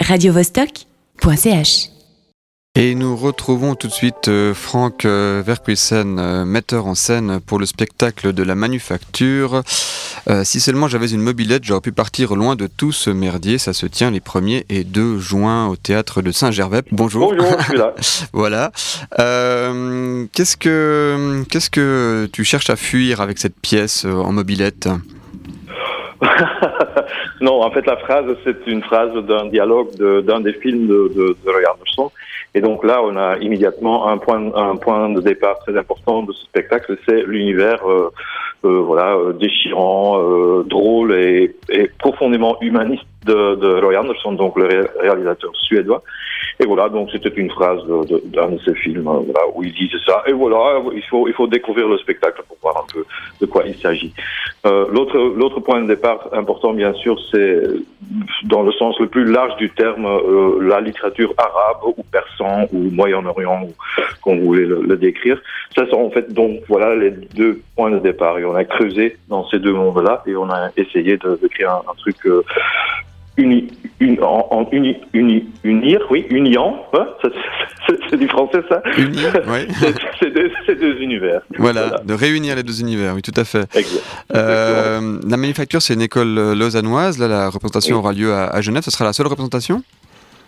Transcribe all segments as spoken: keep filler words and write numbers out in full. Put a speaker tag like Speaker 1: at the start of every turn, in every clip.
Speaker 1: radio vostok point c h.
Speaker 2: Et nous retrouvons tout de suite euh, Frank euh, Verkuisen, euh, metteur en scène pour le spectacle de la Manufacture. Euh, si seulement j'avais une mobilette, j'aurais pu partir loin de tout ce merdier. Ça se tient les premiers et deux juin au théâtre de Saint-Gervais. Bonjour.
Speaker 3: Bonjour, je suis là.
Speaker 2: Voilà. Euh, qu'est-ce que, qu'est-ce que tu cherches à fuir avec cette pièce euh, en mobilette ?
Speaker 3: Non, en fait, la phrase, c'est une phrase d'un dialogue de, d'un des films de, de, de Roy Andersson. Et donc là, on a immédiatement un point, un point de départ très important de ce spectacle, c'est l'univers, euh, euh, voilà, euh, déchirant, euh, drôle et, et profondément humaniste de, de Roy Andersson, donc le ré- réalisateur suédois. Et voilà, donc c'était une phrase de, de, d'un de ses films, euh, voilà, où il disait ça. Et voilà, il faut, il faut découvrir le spectacle pour voir un peu de quoi il s'agit. Euh, l'autre, l'autre point de départ important, bien sûr, c'est dans le sens le plus large du terme, euh, la littérature arabe ou persan ou Moyen-Orient, ou comme vous voulez le, le décrire. Ça sont en fait donc voilà les deux points de départ. Et on a creusé dans ces deux mondes-là et on a essayé de, de créer un, un truc euh, uni, uni, en, en uni, uni, unir, oui, uniant. Hein, c'est, c'est, c'est du français ça.
Speaker 2: Unir, oui.
Speaker 3: c'est, c'est, deux, c'est deux univers.
Speaker 2: Voilà,
Speaker 3: voilà,
Speaker 2: de réunir les deux univers, oui, tout à fait.
Speaker 3: Exact.
Speaker 2: Euh, la Manufacture, c'est une école lausannoise. Là, la représentation oui. aura lieu à, à Genève. Ce sera la seule représentation ?
Speaker 3: Pardon ?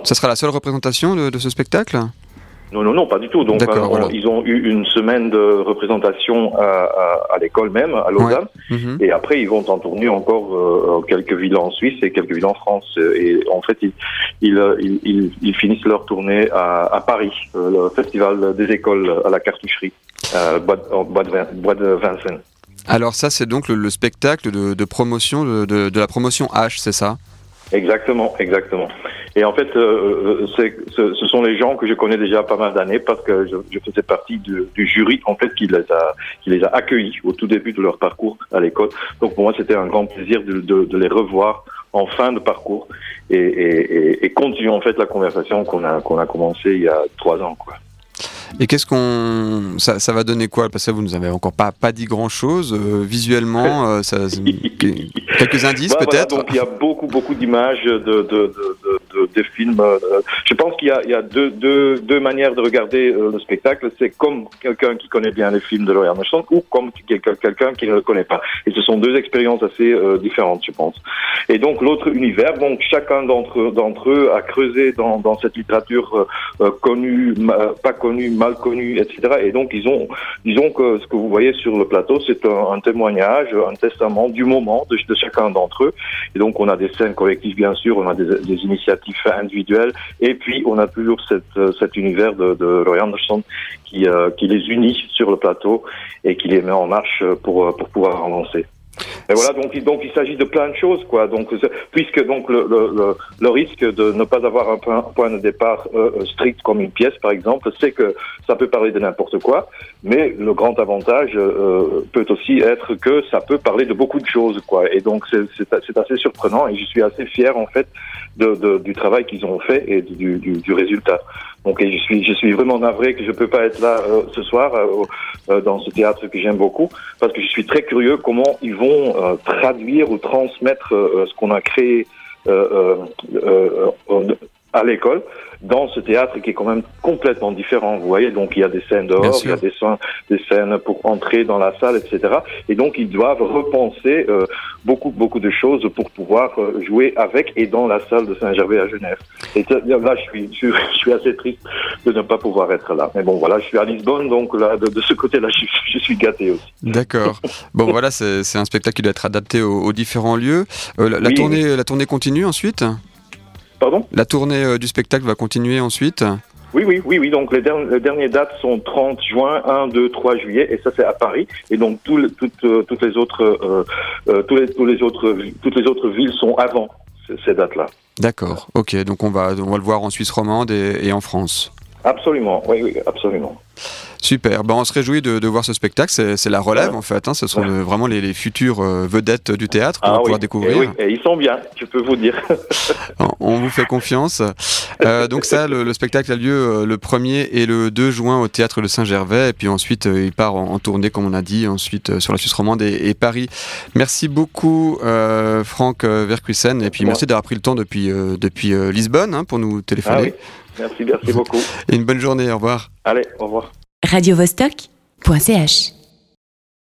Speaker 2: Ce sera la seule représentation de, de ce spectacle ?
Speaker 3: Non, non, non, pas du tout. Donc, euh,
Speaker 2: voilà.
Speaker 3: Ils ont eu une semaine de représentation à, à, à l'école même, à Lausanne. Ouais. Mm-hmm. Et après, ils vont en tourner encore euh, quelques villes en Suisse et quelques villes en France. Et en fait, ils, ils, ils, ils, ils finissent leur tournée à, à Paris, euh, le festival des écoles à la cartoucherie, euh, bois, bois, de, bois de Vincennes.
Speaker 2: Alors ça, c'est donc le, le spectacle de, de promotion, de, de, de la promotion H, c'est ça ?
Speaker 3: Exactement, exactement. Et en fait, euh, c'est, ce, ce sont les gens que je connais déjà pas mal d'années parce que je, je faisais partie du, du jury en fait qui les a qui les a accueillis au tout début de leur parcours à l'école. Donc pour moi, c'était un grand plaisir de, de, de les revoir en fin de parcours et, et, et, et continuer en fait la conversation qu'on a qu'on a commencé il y a trois ans, quoi.
Speaker 2: Et qu'est-ce qu'on ça, ça va donner quoi ? Parce que vous nous avez encore pas pas dit grand chose euh, visuellement. Euh, ça, quelques indices
Speaker 3: bah,
Speaker 2: peut-être.
Speaker 3: Voilà, donc il y a beaucoup beaucoup d'images de de de de, de, de films. Euh, je pense qu'il y a il y a deux deux deux manières de regarder euh, le spectacle. C'est comme quelqu'un qui connaît bien les films de Roy Andersson ou comme quelqu'un quelqu'un qui ne le connaît pas. Et ce sont deux expériences assez euh, différentes, je pense. Et donc l'autre univers, donc chacun d'entre d'entre eux a creusé dans dans cette littérature euh, connue, euh, pas connue, mal connus, et cetera. Et donc, ils ont, disons que ce que vous voyez sur le plateau, c'est un, un témoignage, un testament du moment de, de chacun d'entre eux. Et donc, on a des scènes collectives, bien sûr, on a des, des initiatives individuelles, et puis on a toujours cette, cet univers de, de Roy Andersson qui, euh, qui les unit sur le plateau et qui les met en marche pour, pour pouvoir avancer. Et voilà, donc, donc il s'agit de plein de choses, quoi. Donc, puisque donc le, le, le risque de ne pas avoir un point, un point de départ euh, strict comme une pièce, par exemple, c'est que ça peut parler de n'importe quoi, mais le grand avantage euh, peut aussi être que ça peut parler de beaucoup de choses, quoi. Et donc c'est, c'est, c'est assez surprenant, et je suis assez fier en fait de, de, du travail qu'ils ont fait et du, du, du résultat. Donc, et je suis, je suis vraiment navré que je peux pas être là euh, ce soir euh, euh, dans ce théâtre que j'aime beaucoup, parce que je suis très curieux comment ils vont euh, traduire ou transmettre euh, ce qu'on a créé euh, euh, euh, à l'école dans ce théâtre qui est quand même complètement différent, vous voyez. Donc il y a des scènes dehors, il y a des, scènes, des scènes pour entrer dans la salle, et cetera. Et donc ils doivent repenser euh, beaucoup beaucoup de choses pour pouvoir euh, jouer avec et dans la salle de Saint-Gervais à Genève. Et là, je suis, je, je suis assez triste de ne pas pouvoir être là. Mais bon, voilà, je suis à Lisbonne, donc là, de, de ce côté-là, je, je suis gâté aussi.
Speaker 2: D'accord. Bon, voilà, c'est, c'est un spectacle qui doit être adapté aux, aux différents lieux. Euh, la, la
Speaker 3: oui,
Speaker 2: tournée,
Speaker 3: oui.
Speaker 2: la tournée continue ensuite ?
Speaker 3: Pardon ?
Speaker 2: La tournée euh, du spectacle va continuer ensuite ?
Speaker 3: Oui, oui, oui, oui. Donc les, der- les dernières dates sont trente juin, un, deux, trois juillet, et ça c'est à Paris. Et donc tout le, toutes, euh, toutes les autres, euh, euh, tous les, tous les autres, toutes les autres villes sont avant ces, ces dates-là.
Speaker 2: D'accord. Ok. Donc on va, on va le voir en Suisse romande et, et en France.
Speaker 3: Absolument. Oui, oui, absolument.
Speaker 2: Super, ben, on se réjouit de, de voir ce spectacle, c'est, c'est la relève ouais. en fait, hein. Ce sont ouais. le, vraiment les, les futures euh, vedettes du théâtre qu'on ah, va oui. pouvoir découvrir.
Speaker 3: Et oui, et ils sont bien, je peux vous dire.
Speaker 2: On vous fait confiance. Euh, donc ça, le, le spectacle a lieu euh, le premier et le deux juin au Théâtre de Saint-Gervais, et puis ensuite euh, il part en, en tournée comme on a dit, ensuite euh, sur la Suisse romande et, et Paris. Merci beaucoup euh, Franck euh, Verkuijsen, et puis merci d'avoir pris le temps depuis, euh, depuis euh, Lisbonne hein, pour nous téléphoner.
Speaker 3: Ah oui. Merci, merci beaucoup.
Speaker 2: Et une bonne journée, au revoir.
Speaker 3: Allez, au revoir.
Speaker 1: radio vostok point c h